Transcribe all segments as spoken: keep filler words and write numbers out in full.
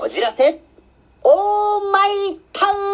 こじらせオーマイタウン。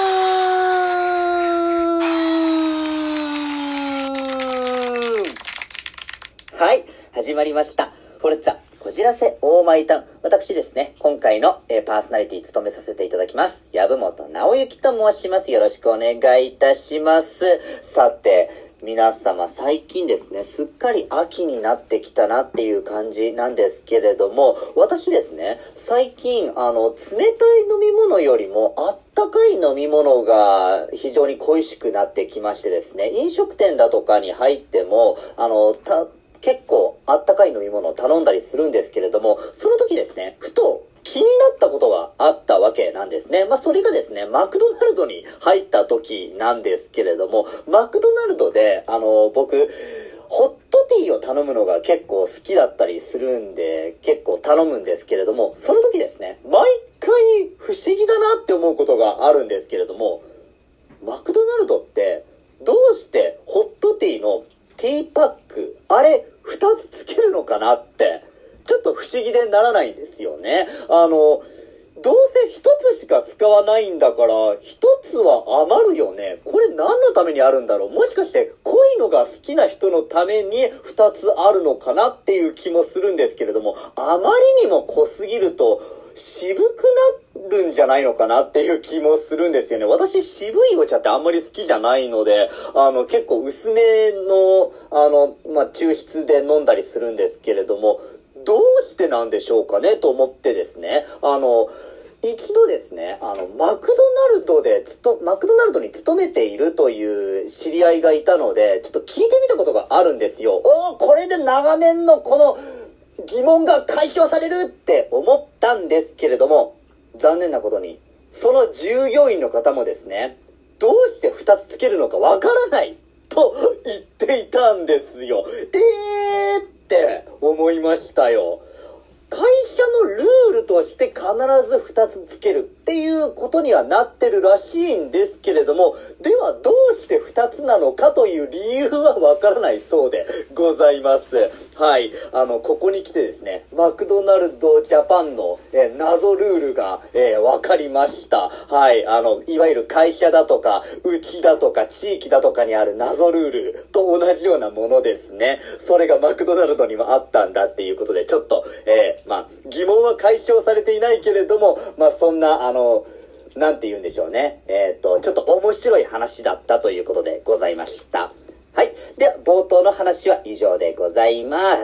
はい、始まりました。フォルツァこじらせオーマイタウン。私ですね、今回の、えー、パーソナリティ務めさせていただきます。籔本直之と申します。よろしくお願いいたします。さて、皆様最近ですね、すっかり秋になってきたなっていう感じなんですけれども、私ですね、最近あの冷たい飲み物よりもあったかい飲み物が非常に恋しくなってきましてですね、飲食店だとかに入ってもあのた結構あったかい飲み物を頼んだりするんですけれども、その時ですね、ふと気になったことがあったわけなんですね。まあそれがですね、マクドナルドに入った時なんですけれども、マクドナルドであの僕ホットティーを頼むのが結構好きだったりするんで、結構頼むんですけれども、その時ですね、毎回不思議だなって思うことがあるんですけれども、マクドナルドってどうしてホットティーのティーパック、あれふたつつけるのかなってちょっと不思議でならないんですよね。あのどうせひとつしか使わないんだからひとつは余るよね。これ何のためにあるんだろう。もしかして濃いのが好きな人のためにふたつあるのかなっていう気もするんですけれども、あまりにも濃すぎると渋くなるんじゃないのかなっていう気もするんですよね。私渋いお茶ってあんまり好きじゃないので、あの結構薄めのあのまあ抽出で飲んだりするんですけれども、どうしてなんでしょうかねと思ってですね、あの一度ですね、あのマクドナルドでつとマクドナルドに勤めているという知り合いがいたので、ちょっと聞いてみたことがあるんですよ。おー、これで長年のこの疑問が解消されるって思ったんですけれども、残念なことにその従業員の方もですね、どうしてふたつつけるのかわからないと言っていたんですよ。えーって思いましたよ。会社のルールとして必ずふたつつけるっていうことにはなってるらしいんですけれども、ではどうしてふたつなのかという理由はわからないそうでございます。はい。あの、ここに来てですね、マクドナルドジャパンの、えー、謎ルールが、えー、わかりました。はい。あの、いわゆる会社だとか、うちだとか、地域だとかにある謎ルールと同じようなものですね。それがマクドナルドにもあったんだっていうことで、ちょっと、えー、まあ、疑問は解消されていないけれども、まあ、そんな、あの、なんて言うんでしょうね。えっと、ちょっと面白い話だったということでございました。はい。では、冒頭の話は以上でございます。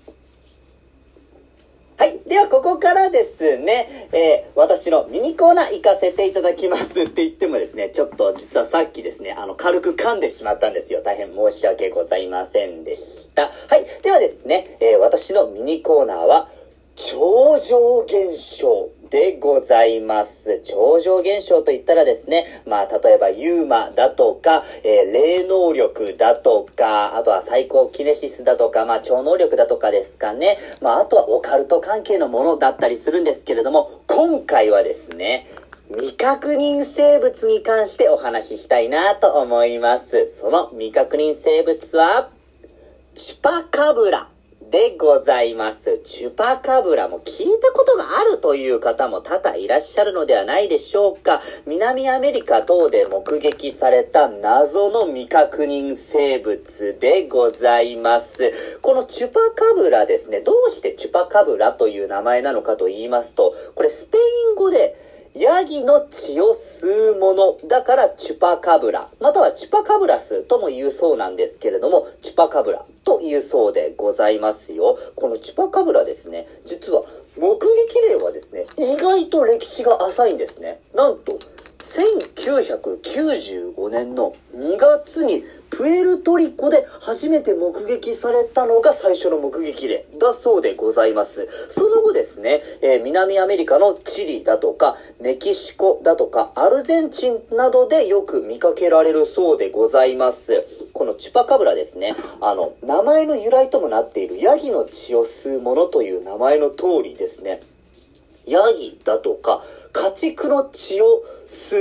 はい。では、ここからですね、えー、私のミニコーナー行かせていただきますって言ってもですね、ちょっと実はさっきですね、あの、軽く噛んでしまったんですよ。大変申し訳ございませんでした。はい。ではですね、えー、私のミニコーナーは、超常現象でございます。超常現象といったらですね、まあ例えばユーマだとか、えー、霊能力だとか、あとはサイコキネシスだとか、まあ超能力だとかですかね。まああとはオカルト関係のものだったりするんですけれども、今回はですね、未確認生物に関してお話ししたいなと思います。その未確認生物は、チュパカブラでございます。チュパカブラも聞いたことがあるという方も多々いらっしゃるのではないでしょうか。南アメリカ等で目撃された謎の未確認生物でございます。このチュパカブラですね、どうしてチュパカブラという名前なのかと言いますと、これスペイン語でヤギの血を吸うものだからチュパカブラ、またはチュパカブラスとも言うそうなんですけれども、チュパカブラというそうでございますよ。このチュパカブラですね、実は目撃例はですね、意外と歴史が浅いんですね。なんとせんきゅうひゃくきゅうじゅうごねんのにがつにプエルトリコで初めて目撃されたのが最初の目撃例だそうでございます。その後ですね、えー、南アメリカのチリだとかメキシコだとかアルゼンチンなどでよく見かけられるそうでございます。このチュパカブラですね、あの名前の由来ともなっているヤギの血を吸うものという名前の通りですね、ヤギだとか家畜の血を吸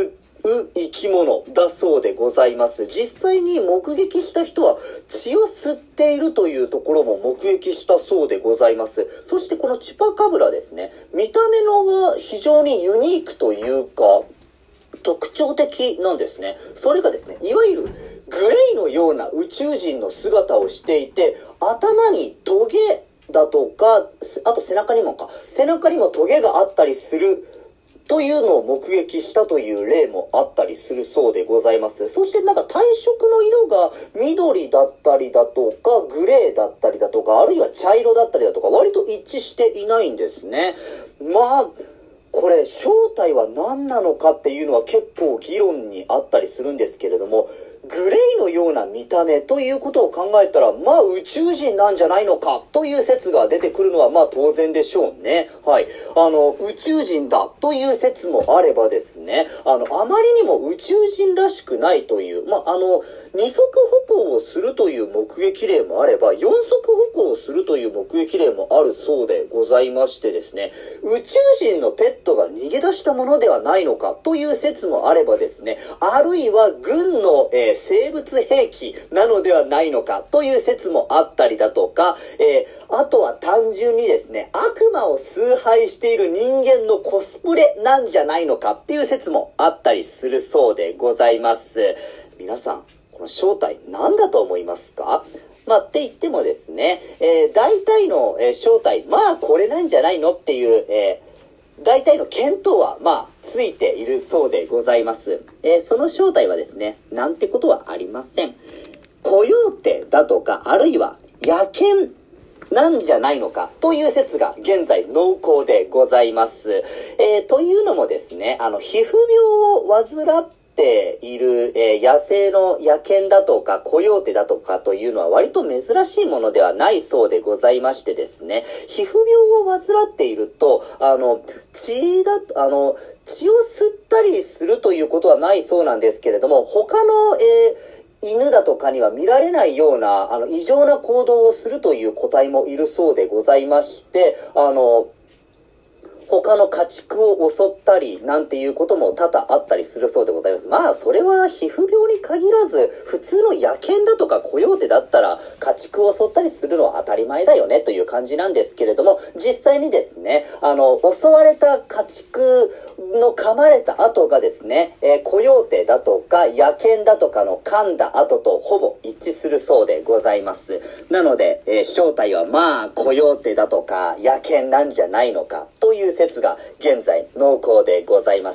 生き物だそうでございます。実際に目撃した人は血を吸っているというところも目撃したそうでございます。そしてこのチュパカブラですね、見た目のが非常にユニークというか、特徴的なんですね。それがですね、いわゆるグレイのような宇宙人の姿をしていて、頭にトゲだとか、あと背中にもか、背中にもトゲがあったりするというのを目撃したという例もあったりするそうでございます。そしてなんか体色の色が緑だったりだとか、グレーだったりだとか、あるいは茶色だったりだとか、割と一致していないんですね。まあ、これ正体は何なのかっていうのは結構議論にあったりするんですけれども、グレイのような見た目ということを考えたら、まあ宇宙人なんじゃないのかという説が出てくるのはまあ当然でしょうね。はい。あの、宇宙人だという説もあればですね、あの、あまりにも宇宙人らしくないという、まああの、二足歩行をするという目撃例もあれば、四足歩行をするという目撃例もあるそうでございましてですね、宇宙人のペットが逃げ出したものではないのかという説もあればですね、あるいは軍の、えー生物兵器なのではないのかという説もあったりだとか、えー、あとは単純にですね、悪魔を崇拝している人間のコスプレなんじゃないのかっていう説もあったりするそうでございます。皆さん、この正体何だと思いますか？まあ、って言ってもですね、えー、大体の、えー、正体、まあこれなんじゃないのっていう、えー大体の見当は、まあ、ついているそうでございます。えー、その正体はですね、なんてことはありません。コヨーテだとか、あるいは野犬なんじゃないのかという説が現在濃厚でございます。えー、というのもですね、あの、皮膚病を患ってている、えー、野生の野犬だとかコヨーテだとかというのは割と珍しいものではないそうでございましてですね、皮膚病を患っていると、あの、血だと、あの、血を吸ったりするということはないそうなんですけれども、他の、えー犬だとかには見られないような、あの、異常な行動をするという個体もいるそうでございまして、あの、他の家畜を襲ったりなんていうことも多々あったりするそうでございます。まあそれは皮膚病に限らず普通の野犬だとかコヨーテだったら家畜を襲ったりするのは当たり前だよねという感じなんですけれども、実際にですね、あの襲われた家畜の噛まれた跡がですね、えー、コヨーテだとか野犬だとかの噛んだ跡とほぼ一致するそうでございます。なので、えー、正体はまあコヨーテだとか野犬なんじゃないのかという説が現在濃厚でございます。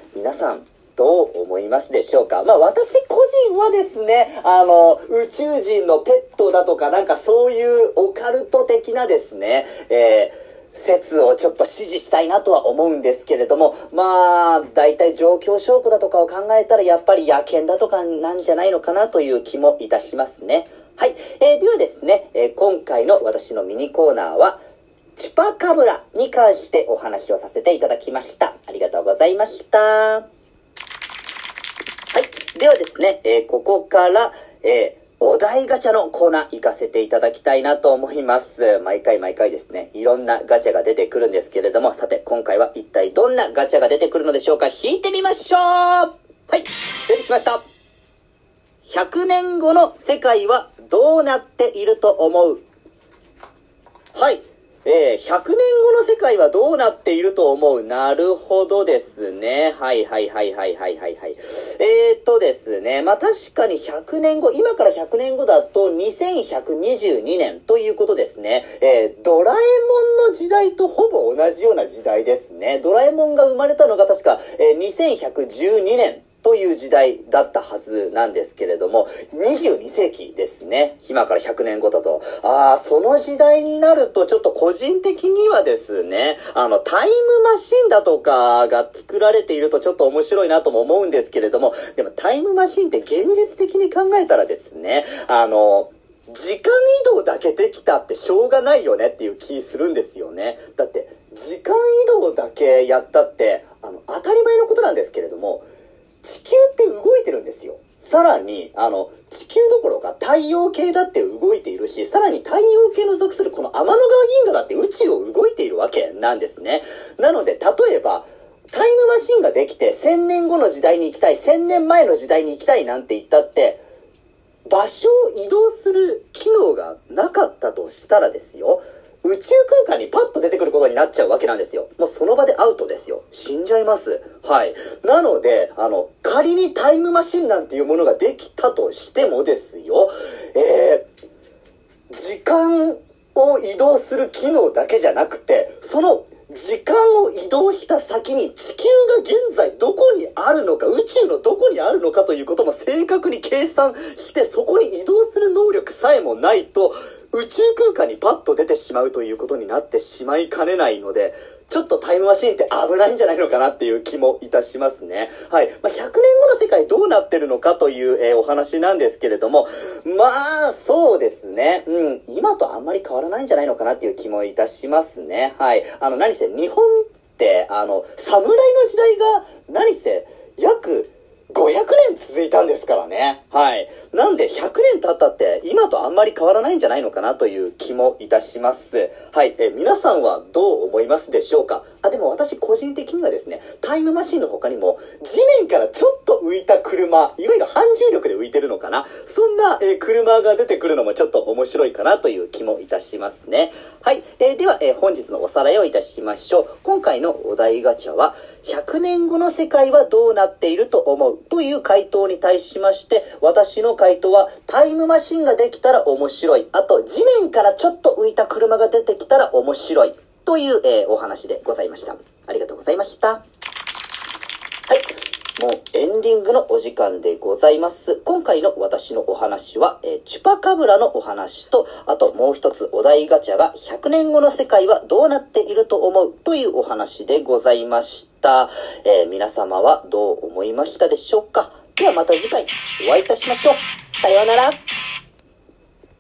皆さんどう思いますでしょうか？まあ私個人はですね、あの宇宙人のペットだとかなんかそういうオカルト的なですね、えー説をちょっと支持したいなとは思うんですけれども、まあ大体状況証拠だとかを考えたらやっぱり野犬だとかなんじゃないのかなという気もいたしますね。はい、えー、ではですね、えー、今回の私のミニコーナーはチュパカブラに関してお話をさせていただきました。ありがとうございました。はい。ではですね、えー、ここから、えー、お題ガチャのコーナー行かせていただきたいなと思います。毎回毎回ですね、いろんなガチャが出てくるんですけれども、さて、今回は一体どんなガチャが出てくるのでしょうか？引いてみましょう！はい。出てきました。ひゃくねんごの世界はどうなっていると思う？はい。えー、ひゃくねんごの世界はどうなっていると思う？なるほどですね。はいはいはいはいはいはいはい。えーとですね。まあ確かにひゃくねんご、今からひゃくねんごだとにせんひゃくにじゅうにねんということですね。えー、ドラえもんの時代とほぼ同じような時代ですね。ドラえもんが生まれたのが確か、えー、にせんひゃくじゅうにねん。という時代だったはずなんですけれども、にじゅうにせいきですね。今からひゃくねんごだと。ああ、その時代になるとちょっと個人的にはですね、あの、タイムマシンだとかが作られているとちょっと面白いなとも思うんですけれども、でもタイムマシンって現実的に考えたらですね、あの、時間移動だけできたってしょうがないよねっていう気するんですよね。だって、時間移動だけやったって、あの、当たり前のことなんですけれども、地球って動いてるんですよ。さらに、あの、地球どころか太陽系だって動いているし、さらに太陽系の属するこの天の川銀河だって宇宙を動いているわけなんですね。なので、例えば、 タイムマシンができてせんねんごの時代に行きたい、せんねんまえの時代に行きたいなんて言ったって、場所を移動する機能がなかったとしたらですよ、宇宙空間にパッと出てくることになっちゃうわけなんですよ。もうその場でアウトですよ。死んじゃいます。はい。なので、あの、仮にタイムマシンなんていうものができたとしてもですよ、えー、時間を移動する機能だけじゃなくて、その時間を移動した先に地球が現在どこにあるのか、宇宙のどこにあるのかということも正確に計算して、そこに移動する能力さえもないと、宇宙空間にパッと出てしまうということになってしまいかねないので、ちょっとタイムマシーンって危ないんじゃないのかなっていう気もいたしますね。はい。まあ、ひゃくねんごの世界どうなってるのかという、えー、お話なんですけれども、まあ、そうですね。うん。今とあんまり変わらないんじゃないのかなっていう気もいたしますね。はい。あの、何せ日本って、あの、侍の時代が、何せ、約、ごひゃくねん続いたんですからね。はい。なんでひゃくねん経ったって今とあんまり変わらないんじゃないのかなという気もいたします。はい。え、皆さんはどう思いますでしょうか？あ、でも私個人的にはですね、タイムマシンの他にも地面からちょっと浮いた車、いわゆる反重力で浮いてるのかな？そんな、えー、車が出てくるのもちょっと面白いかなという気もいたしますね。はい。えー、では、えー、本日のおさらいをいたしましょう。今回のお題ガチャは、ひゃくねんごの世界はどうなっていると思うという回答に対しまして、私の回答はタイムマシンができたら面白い。あと地面からちょっと浮いた車が出てきたら面白いという、えー、お話でございました。ありがとうございました。はい。もうエンディングのお時間でございます。今回の私のお話は、えー、チュパカブラのお話と、あともう一つお題ガチャがひゃくねんごの世界はどうなっていると思うというお話でございました。えー、皆様はどう思いましたでしょうか？ではまた次回お会いいたしましょう。さようなら。